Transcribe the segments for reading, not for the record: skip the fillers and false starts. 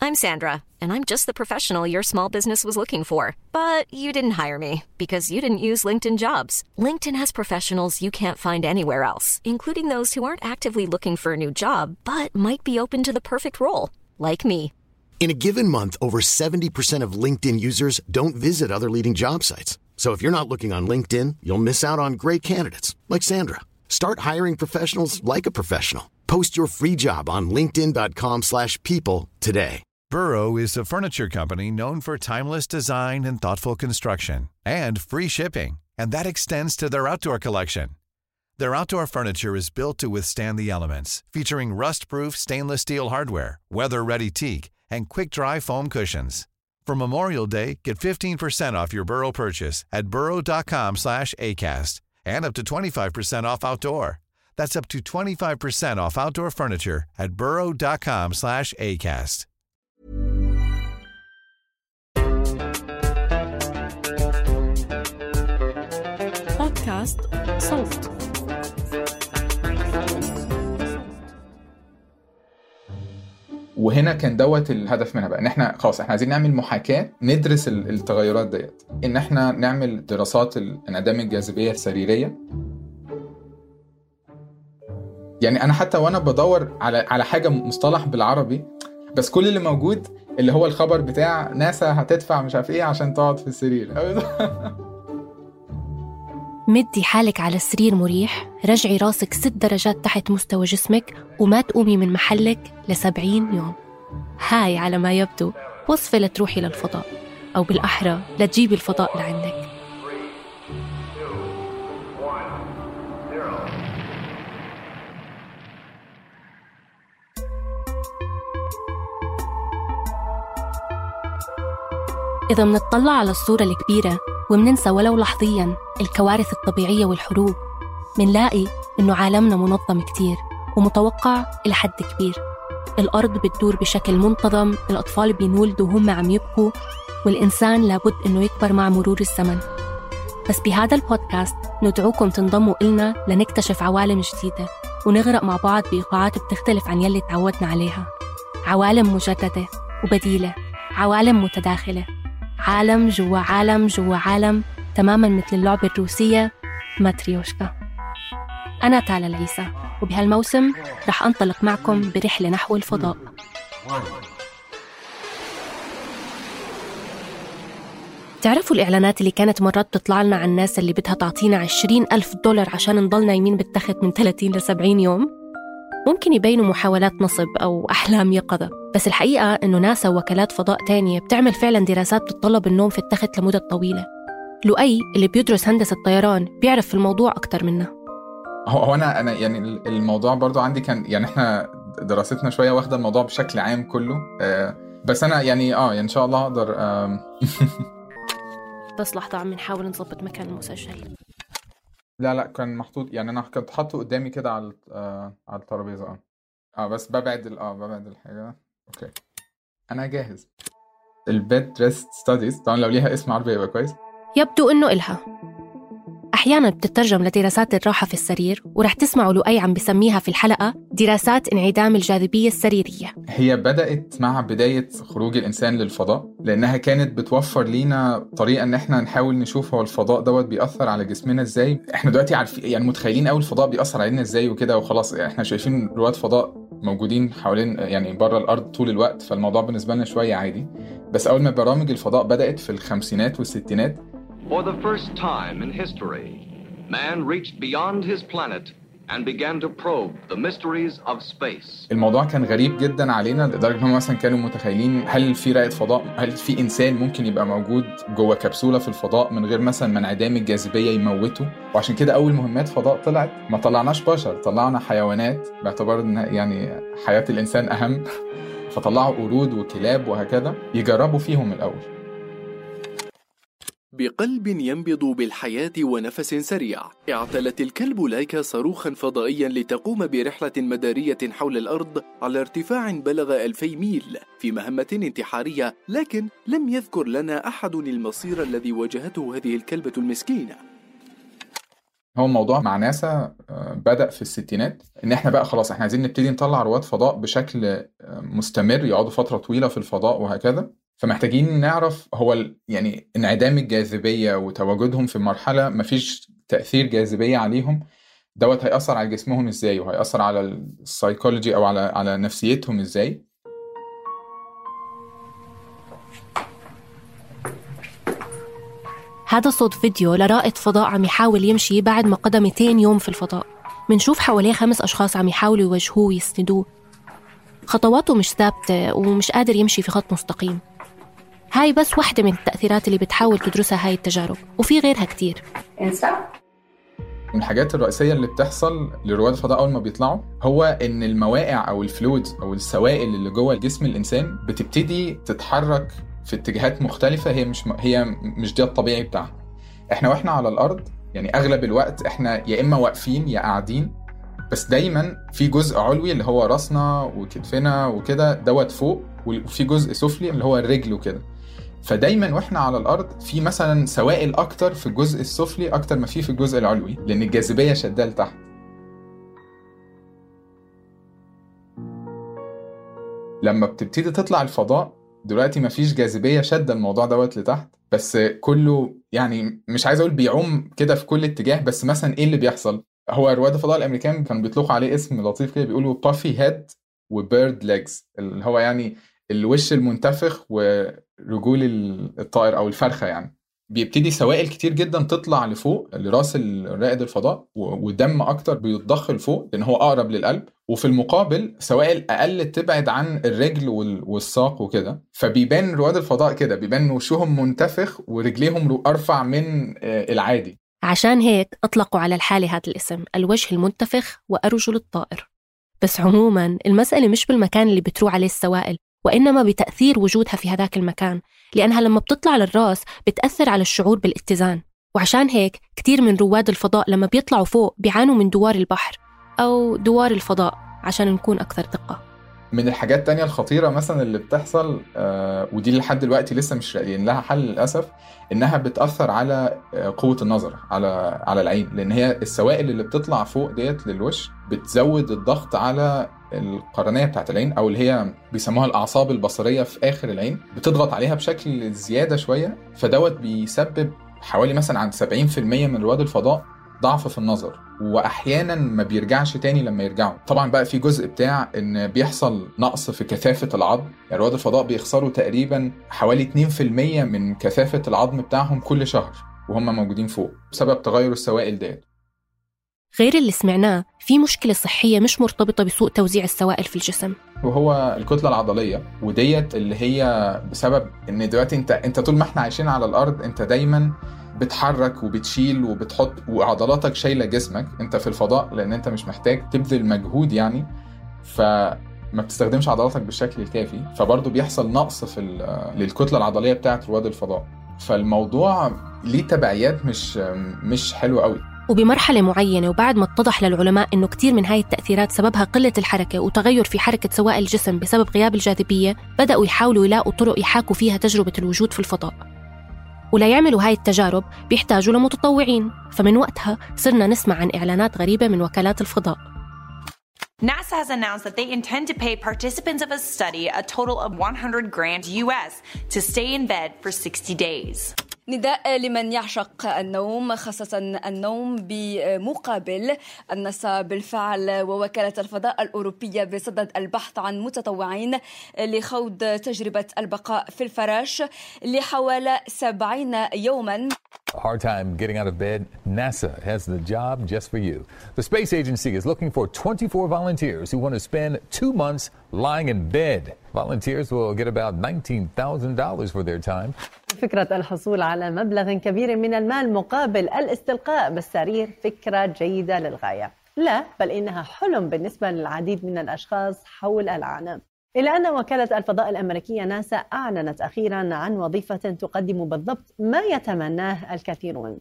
I'm Sandra, and I'm just the professional your small business was looking for. But you didn't hire me because you didn't use LinkedIn Jobs. LinkedIn has professionals you can't find anywhere else, including those who aren't actively looking for a new job, but might be open to the perfect role, like me. In a given month, over 70% of LinkedIn users don't visit other leading job sites. So if you're not looking on LinkedIn, you'll miss out on great candidates like Sandra. Start hiring professionals like a professional. Post your free job on linkedin.com/people today. Burrow is a furniture company known for timeless design and thoughtful construction and free shipping, and that extends to their outdoor collection. Their outdoor furniture is built to withstand the elements, featuring rust-proof stainless steel hardware, weather-ready teak, and quick-dry foam cushions. For Memorial Day, get 15% off your Burrow purchase at burrow.com/acast and up to 25% off outdoor. That's up to 25% off outdoor furniture at burrow.com/acast. بودكاست صوت. وهنا كان دوت الهدف منها بقى، ان احنا خلاص احنا عايزين نعمل محاكاة ندرس التغيرات ديت، ان احنا نعمل دراسات انعدام الجاذبية السريرية. يعني انا حتى وانا بدور على حاجة مصطلح بالعربي، بس كل اللي موجود اللي هو الخبر بتاع ناسا هتدفع مش عارف ايه عشان تقعد في السرير. مدي حالك على السرير مريح، رجعي راسك 6 درجات تحت مستوى جسمك، وما تقومي من محلك ل70 يوم. هاي على ما يبدو وصفة لتروحي للفضاء، أو بالأحرى لتجيبي الفضاء لعندك. إذا منطلع على الصورة الكبيرة ومننسى ولو لحظياً الكوارث الطبيعية والحروب، منلاقي إنه عالمنا منظم كتير ومتوقع إلى حد كبير. الأرض بتدور بشكل منتظم، الأطفال بينولدوا وهم عم يبكوا، والإنسان لابد إنه يكبر مع مرور الزمن. بس بهذا البودكاست ندعوكم تنضموا إلنا لنكتشف عوالم جديدة ونغرق مع بعض بإيقاعات بتختلف عن يلي تعودنا عليها. عوالم مجددة وبديلة، عوالم متداخلة، عالم جوا عالم جوا عالم، تماماً مثل اللعبة الروسية ماتريوشكا. أنا تالا العيسى، وبهالموسم رح أنطلق معكم برحلة نحو الفضاء. تعرفوا الإعلانات اللي كانت مرات تطلع لنا عن الناس اللي بدها تعطينا $20,000 عشان نضلنا يمين بالتخت من 30 ل70 يوم؟ ممكن يبينوا محاولات نصب أو أحلام يقظة، بس الحقيقة إنه ناسا ووكالات فضاء تانية بتعمل فعلاً دراسات بتطلب النوم في التخت لمدة طويلة. لؤي اللي بيدرس هندسة الطيران بيعرف في الموضوع أكتر منا. هو أنا يعني الموضوع برضو عندي كان، يعني إحنا دراستنا شوية واخدة الموضوع بشكل عام كله، بس أنا يعني إن شاء الله أقدر. بس لحظة عم نحاول نضبط مكان المسجل. لا كان محطوط، يعني أنا كنت حاطه قدامي كده على الترابيزة. بس ببعد الحاجة. أوكي أنا جاهز. البيد ريست ستاديز طبعا لو ليها اسم عربي يبقى كويس. يبدو إنه إلها أحياناً بتترجم لدراسات الراحة في السرير، ورح تسمعوا لؤي عم بسميها في الحلقة دراسات انعدام الجاذبية السريرية. هي بدأت مع بداية خروج الإنسان للفضاء، لأنها كانت بتوفر لينا طريقة إن إحنا نحاول نشوف هو الفضاء دوت بيأثر على جسمنا إزاي. إحنا دلوقتي عارفين، يعني متخيلين أول الفضاء بيأثر علينا إزاي وكده وخلاص. إحنا شايفين رواد فضاء موجودين حوالين، يعني برا الأرض طول الوقت، فالموضوع بالنسبة لنا شوية عادي. بس أول ما برامج الفضاء بدأت في الخمسينات والستينات، For the first time in history, man reached beyond his planet and began to probe the mysteries of space. الموضوع كان غريب جدا علينا لدرجة انهم مثلا كانوا متخيلين هل في رائد فضاء، هل في إنسان ممكن يبقى موجود جوه كبسولة في الفضاء من غير مثلا ما انعدام الجاذبية يموته. وعشان كده أول مهمات فضاء طلعت ما طلعناش بشر، طلعنا حيوانات باعتبار ان يعني حياة الإنسان أهم. فطلعوا قرود وكلاب وهكذا يجربوا فيهم الأول. بقلب ينبض بالحياة ونفس سريع، اعتلت الكلب لايكا صاروخا فضائيا لتقوم برحلة مدارية حول الأرض على ارتفاع بلغ 2000 ميل في مهمة انتحارية، لكن لم يذكر لنا أحد المصير الذي واجهته هذه الكلبة المسكينة. هو الموضوع مع ناسا بدأ في الستينات، ان احنا بقى خلاص احنا عايزين نبتدي نطلع رواد فضاء بشكل مستمر يقعدوا فترة طويلة في الفضاء وهكذا. فمحتاجين نعرف هو يعني انعدام الجاذبية وتواجدهم في مرحلة مفيش تأثير جاذبية عليهم دوت هيأثر على جسمهم ازاي، وهيأثر على السايكولوجي او على نفسيتهم ازاي. هذا صوت فيديو لرائد فضاء عم يحاول يمشي بعد ما قضى 200 يوم في الفضاء. منشوف حواليه 5 أشخاص عم يحاولوا يوجهوه ويسندوه. خطواته مش ثابتة ومش قادر يمشي في خط مستقيم. هاي بس واحدة من التأثيرات اللي بتحاول تدرسها هاي التجارب، وفي غيرها كتير. من الحاجات الرئيسية اللي بتحصل لرواد الفضاء أول ما بيطلعوا هو إن المواقع أو الفلويدز أو السوائل اللي جوه جسم الإنسان بتبتدي تتحرك في اتجاهات مختلفة. هي مش ده الطبيعي بتاعها. إحنا وإحنا على الأرض يعني أغلب الوقت إحنا يا إما واقفين يا قاعدين، بس دايما في جزء علوي اللي هو راسنا وكتفنا وكده دوت فوق، وفي جزء سفلي اللي هو الرجل وكده. فدايما واحنا على الارض في مثلا سوائل اكتر في الجزء السفلي اكتر ما في الجزء العلوي، لان الجاذبيه شداه لتحت. لما بتبتدي تطلع الفضاء دلوقتي ما فيش جاذبيه شاده الموضوع دوت لتحت، بس كله يعني مش عايز اقول بيعوم كده في كل اتجاه، بس مثلا ايه اللي بيحصل؟ هو رواد الفضاء الامريكان كانوا بيطلقوا عليه اسم لطيف كده، بيقولوا بافي هيد وبيرد ليجز، اللي هو يعني الوش المنتفخ ورجول الطائر او الفرخه. يعني بيبتدي سوائل كتير جدا تطلع لفوق لراس الرائد الفضاء، ودم اكتر بيتضخ لفوق لان هو اقرب للقلب، وفي المقابل سوائل اقل تبعد عن الرجل والساق وكده. فبيبان رواد الفضاء كده، بيبان وشهم منتفخ ورجليهم ارفع من العادي. عشان هيك اطلقوا على الحالة هذا الاسم، الوجه المنتفخ وارجل الطائر. بس عموما المسألة مش بالمكان اللي بتروح عليه السوائل، وإنما بتأثير وجودها في هذاك المكان، لأنها لما بتطلع للراس بتأثر على الشعور بالاتزان. وعشان هيك كتير من رواد الفضاء لما بيطلعوا فوق بيعانوا من دوار البحر أو دوار الفضاء، عشان نكون أكثر دقة. من الحاجات التانية الخطيرة مثلا اللي بتحصل ودي لحد دلوقتي لسه مش لاقيين لها حل للأسف، إنها بتأثر على قوة النظر على العين، لأن هي السوائل اللي بتطلع فوق ديت للوش بتزود الضغط على القرنية بتاعت العين، أو اللي هي بيسموها الأعصاب البصرية في آخر العين، بتضغط عليها بشكل زيادة شوية. فدوت بيسبب حوالي مثلا عن 70% من رواد الفضاء ضعف في النظر، واحيانا ما بيرجعش تاني لما يرجعوا. طبعا بقى في جزء بتاع ان بيحصل نقص في كثافة العظم، يعني رواد الفضاء بيخسروا تقريبا حوالي 2% من كثافة العظم بتاعهم كل شهر وهم موجودين فوق بسبب تغير السوائل ديت. غير اللي سمعناه، في مشكلة صحية مش مرتبطة بسوء توزيع السوائل في الجسم، وهو الكتلة العضلية. وديت اللي هي بسبب ان دلوقتي انت طول ما احنا عايشين على الارض انت دايما بتحرك وبتشيل وبتحط، وعضلاتك شايلة جسمك. انت في الفضاء لان انت مش محتاج تبذل مجهود يعني، فما بتستخدمش عضلاتك بالشكل الكافي، فبرضه بيحصل نقص في للكتلة العضلية بتاعت رواد الفضاء. فالموضوع ليه تبعيات مش حلوة قوي. وبمرحلة معينة وبعد ما اتضح للعلماء إنه كتير من هاي التأثيرات سببها قلة الحركة وتغير في حركة سوائل الجسم بسبب غياب الجاذبية، بدأوا يحاولوا يلاقوا طرق يحاكوا فيها تجربة الوجود في الفضاء. ولا يعملوا هاي التجارب بيحتاجوا لمتطوعين، فمن وقتها صرنا نسمع عن إعلانات غريبة من وكالات الفضاء. NASA has announced that they intend to pay participants of a study a total of $100,000 US to stay in bed for 60 days. نداء لمن يعشق النوم، خاصة النوم بمقابل. الناسا بالفعل ووكالة الفضاء الأوروبية بصدد البحث عن متطوعين لخوض تجربة البقاء في الفراش لحوالي 70 يوما. Hard time getting out of bed? NASA has the job just for you. The space agency is looking for 24 volunteers who want to spend 2 months lying in bed. Volunteers will get about $19,000 for their time. فكرة الحصول على مبلغ كبير من المال مقابل الاستلقاء بالسرير فكرة جيدة للغاية. لا، بل إنها حلم بالنسبة للعديد من الأشخاص حول العالم. إلا أن وكالة الفضاء الأمريكية ناسا أعلنت أخيراً عن وظيفة تقدم بالضبط ما يتمناه الكثيرون.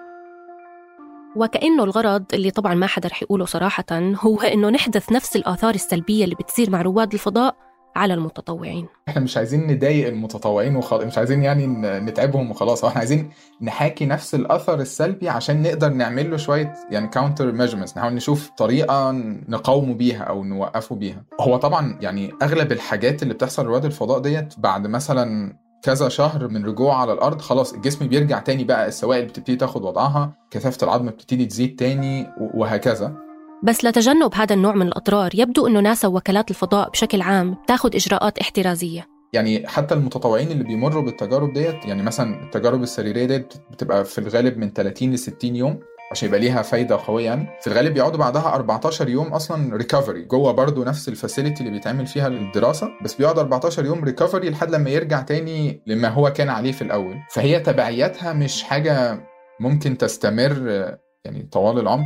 وكأنه الغرض اللي طبعاً ما حدا رح يقوله صراحة هو إنه نحدث نفس الآثار السلبية اللي بتصير مع رواد الفضاء على المتطوعين. احنا مش عايزين نضايق المتطوعين مش عايزين يعني نتعبهم وخلاص، احنا عايزين نحاكي نفس الأثر السلبي عشان نقدر نعمل له شوية يعني counter measurements، نحاول نشوف طريقة نقاومه بيها أو نوقفه بيها. هو طبعا يعني أغلب الحاجات اللي بتحصل رواد الفضاء ديت بعد مثلا كذا شهر من رجوع على الأرض خلاص الجسم بيرجع تاني، بقى السوائل بتبتدي تاخد وضعها، كثافة العظم بتبتدي تزيد تاني وهكذا. بس لتجنب هذا النوع من الأضرار يبدو أنه ناسا ووكالات الفضاء بشكل عام تاخد إجراءات احترازية. يعني حتى المتطوعين اللي بيمروا بالتجارب ديت، يعني مثلا التجارب السريرية ديت بتبقى في الغالب من 30 ل 60 يوم عشان يبقى ليها فايدة قوية. يعني في الغالب بيقعدوا بعدها 14 يوم أصلا ريكفري جوه برضو نفس الفاسيليتي اللي بيتعمل فيها الدراسة، بس بيقعد 14 يوم ريكفري لحد لما يرجع تاني لما هو كان عليه في الأول. فهي تبعياتها مش حاجة ممكن تستمر يعني طوال العمر.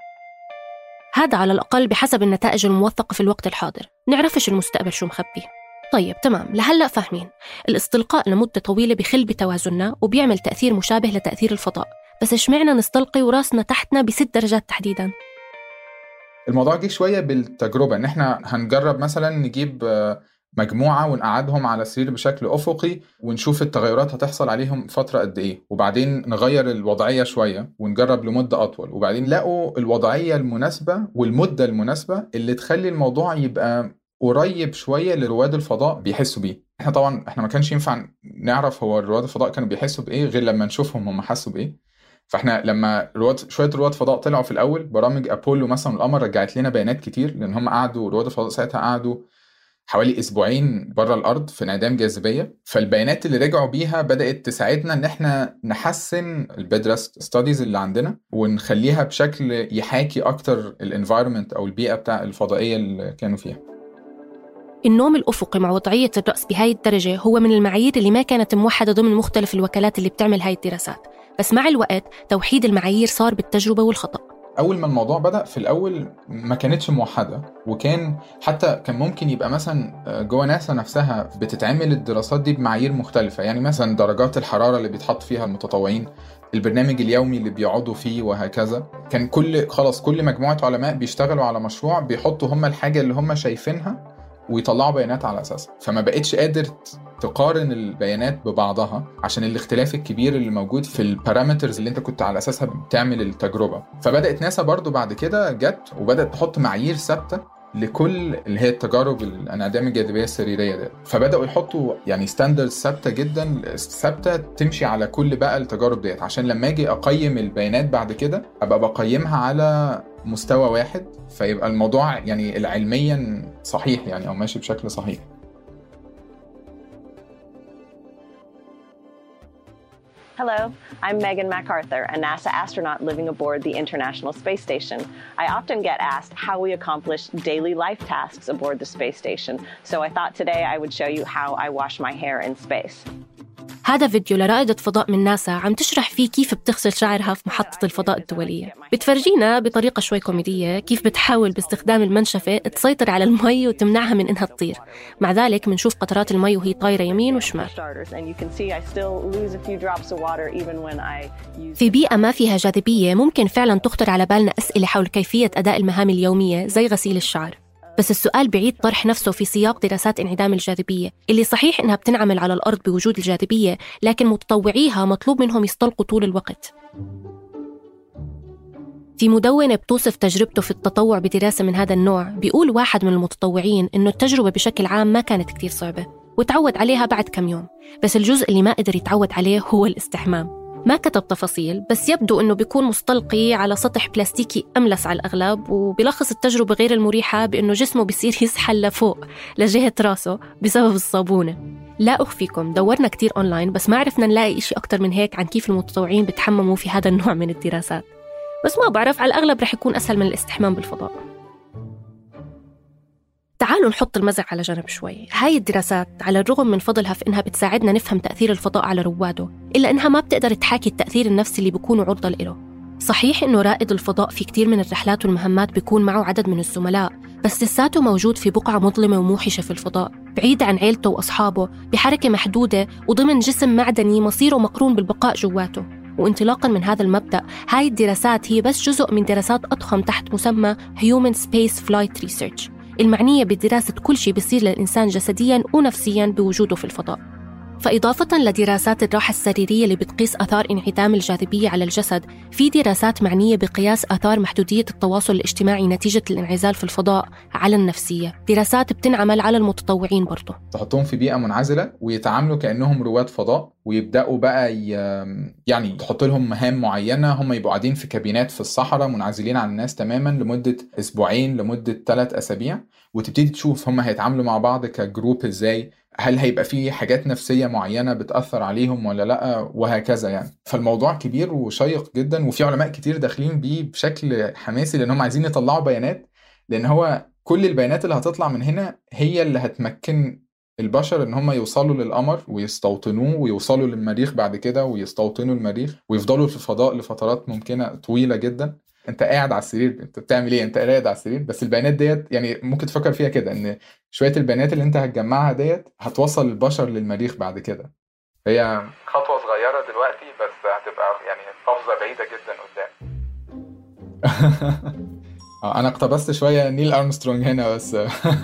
هذا على الأقل بحسب النتائج الموثقة في الوقت الحاضر، نعرفش المستقبل شو مخبي. طيب تمام، لهلأ فاهمين الاستلقاء لمدة طويلة بخل بتوازننا وبيعمل تأثير مشابه لتأثير الفضاء، بس اشمعنا نستلقي وراسنا تحتنا ب6 درجات تحديداً؟ الموضوع جه شوية بالتجربة، ان احنا هنجرب مثلا نجيب مجموعة ونقعدهم على سرير بشكل أفقي ونشوف التغيرات هتحصل عليهم فترة قد إيه، وبعدين نغير الوضعية شوية ونجرب لمدة أطول، وبعدين لقوا الوضعية المناسبة والمدة المناسبة اللي تخلي الموضوع يبقى قريب شوية لرواد الفضاء بيحسوا بيه. احنا طبعا ما كانش ينفع نعرف هو رواد الفضاء كانوا بيحسوا بإيه غير لما نشوفهم هم حسوا بإيه. فاحنا لما شوية رواد فضاء طلعوا في الأول، برامج أبولو مثلا القمر رجعت لنا بيانات كتير، لأن هم قعدوا رواد الفضاء ساعتها قعدوا حوالي أسبوعين بره الأرض في انعدام جاذبية. فالبيانات اللي رجعوا بيها بدأت تساعدنا إن احنا نحسن البيدرست ستاديز اللي عندنا ونخليها بشكل يحاكي أكتر الانفايرمنت أو البيئة بتاع الفضائية اللي كانوا فيها. النوم الأفقي مع وضعية الرأس بهاي الدرجة هو من المعايير اللي ما كانت موحدة ضمن مختلف الوكالات اللي بتعمل هاي الدراسات، بس مع الوقت توحيد المعايير صار بالتجربة والخطأ. أول ما الموضوع بدأ في الأول ما كانتش موحدة، وكان حتى كان ممكن يبقى مثلا جوه ناسا نفسها بتتعمل الدراسات دي بمعايير مختلفة، يعني مثلا درجات الحرارة اللي بيتحط فيها المتطوعين، البرنامج اليومي اللي بيقعدوا فيه وهكذا. كان كل مجموعة علماء بيشتغلوا على مشروع بيحطوا هم الحاجة اللي هم شايفينها ويطلعوا بيانات على أساسها، فما بقتش قادر تقارن البيانات ببعضها عشان الاختلاف الكبير اللي موجود في البارامترز اللي انت كنت على أساسها بتعمل التجربة. فبدأت ناسا برضو بعد كده جت وبدأت تحط معايير ثابتة لكل اللي هي التجارب الانعدام الجاذبية السريرية ده. فبدأوا يحطوا يعني ستاندردز ثابتة جدا، ثابتة تمشي على كل بقى التجارب ديت، عشان لما اجي أقيم البيانات بعد كده أبقى بقيمها على مستوى واحد، فيبقى الموضوع يعني العلميا صحيح يعني أو ماشي بشكل صحيح. Hello, I'm Megan MacArthur, a NASA astronaut living aboard the International Space Station. I often get asked how we accomplish daily life tasks aboard the space station, so I thought today I would show you how I wash my hair in space. هذا فيديو لرائدة فضاء من ناسا عم تشرح فيه كيف بتغسل شعرها في محطة الفضاء الدولية. بتفرجينا بطريقة شوي كوميدية كيف بتحاول باستخدام المنشفة تسيطر على المي وتمنعها من إنها تطير. مع ذلك منشوف قطرات المي وهي طايرة يمين وشمال. في بيئة ما فيها جاذبية ممكن فعلا تخطر على بالنا أسئلة حول كيفية أداء المهام اليومية زي غسيل الشعر، بس السؤال بعيد طرح نفسه في سياق دراسات انعدام الجاذبية اللي صحيح إنها بتنعمل على الأرض بوجود الجاذبية، لكن متطوعيها مطلوب منهم يستلقوا طول الوقت. في مدونة بتوصف تجربته في التطوع بدراسة من هذا النوع، بيقول واحد من المتطوعين إنه التجربة بشكل عام ما كانت كتير صعبة وتعود عليها بعد كم يوم، بس الجزء اللي ما قدر يتعود عليه هو الاستحمام. ما كتب تفاصيل، بس يبدو أنه بيكون مستلقي على سطح بلاستيكي أملس على الأغلب، وبيلخص التجربة غير المريحة بأنه جسمه بيصير يسحل لفوق لجهة راسه بسبب الصابونة. لا أخفيكم دورنا كتير أونلاين بس ما عرفنا نلاقي إشي أكتر من هيك عن كيف المتطوعين بتحمموا في هذا النوع من الدراسات، بس ما بعرف، على الأغلب رح يكون أسهل من الاستحمام بالفضاء. تعالوا نحط المزح على جنب شوي. هاي الدراسات على الرغم من فضلها في إنها بتساعدنا نفهم تأثير الفضاء على رواده، إلا إنها ما بتقدر تحاكي التأثير النفسي اللي بيكونوا عرضة له. صحيح إنه رائد الفضاء في كتير من الرحلات والمهمات بيكون معه عدد من الزملاء، بس لساته موجود في بقعة مظلمة وموحشة في الفضاء، بعيد عن عيلته وأصحابه، بحركة محدودة وضمن جسم معدني مصيره مقرون بالبقاء جواته. وانطلاقاً من هذا المبدأ، هاي الدراسات هي بس جزء من دراسات أضخم تحت مسمى Human Space Flight Research، المعنية بدراسة كل شيء بيصير للإنسان جسدياً ونفسياً بوجوده في الفضاء. فإضافة لدراسات الراحة السريرية اللي بتقيس آثار انعدام الجاذبية على الجسد، في دراسات معنية بقياس آثار محدودية التواصل الاجتماعي نتيجة الانعزال في الفضاء على النفسية. دراسات بتنعمل على المتطوعين برضه، تحطهم في بيئة منعزلة ويتعاملوا كأنهم رواد فضاء، ويبدأوا بقى يعني تحط لهم مهام معينة، هم يبقوا قاعدين في كابينات في الصحراء منعزلين عن الناس تماما لمدة أسبوعين لمدة 3 أسابيع، وتبتدي تشوف هم هيتعاملوا مع بعض كجروب إزاي، هل هيبقى فيه حاجات نفسية معينة بتأثر عليهم ولا لأ، وهكذا يعني. فالموضوع كبير وشيق جدا، وفي علماء كتير داخلين بيه بشكل حماسي لأنهم عايزين يطلعوا بيانات، لأن هو كل البيانات اللي هتطلع من هنا هي اللي هتمكن البشر ان هم يوصلوا للقمر ويستوطنوه، ويوصلوا للمريخ بعد كده ويستوطنوا المريخ، ويفضلوا في الفضاء لفترات ممكنة طويلة جدا. انت قاعد على السرير، انت بتعمل ايه؟ انت قاعد على السرير، بس البيانات ديت يعني ممكن تفكر فيها كده، ان شوية البيانات اللي انت هتجمعها ديت هتوصل البشر للمريخ بعد كده. هي خطوة صغيرة دلوقتي، بس هتبقى يعني قفزة بعيدة جدا قدام. انا اقتبست شوية نيل أرمسترونج هنا بس.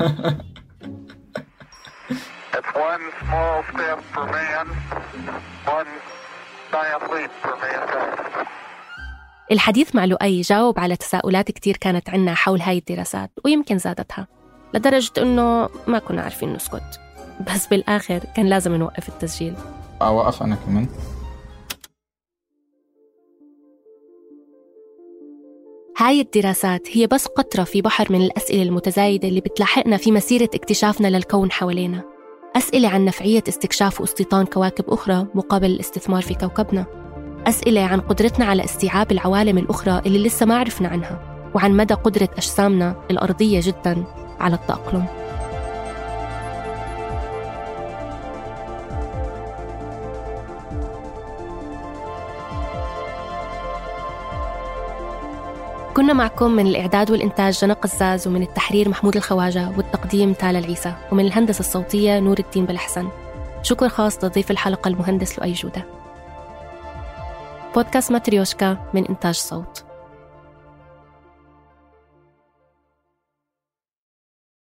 It's one small step for man, one giant leap for mankind. الحديث مع لؤي جاوب على تساؤلات كتير كانت عنا حول هاي الدراسات، ويمكن زادتها لدرجة إنه ما كنا عارفين نسكت، بس بالآخر كان لازم نوقف التسجيل. أوقف أنا كمان. هاي الدراسات هي بس قطرة في بحر من الأسئلة المتزايدة اللي بتلاحقنا في مسيرة اكتشافنا للكون حوالينا. أسئلة عن نفعية استكشاف واستيطان كواكب أخرى مقابل الاستثمار في كوكبنا. أسئلة عن قدرتنا على استيعاب العوالم الأخرى اللي لسه ما عرفنا عنها، وعن مدى قدرة أجسامنا الأرضية جداً على التأقلم. كنا معكم من الإعداد والإنتاج جنى قزاز، ومن التحرير محمود الخواجة، والتقديم تالا العيسى، ومن الهندسة الصوتية نور الدين بالحسن. شكر خاص لضيف الحلقة المهندس لؤي جودة. بودكاست ماتريوشكا من إنتاج صوت.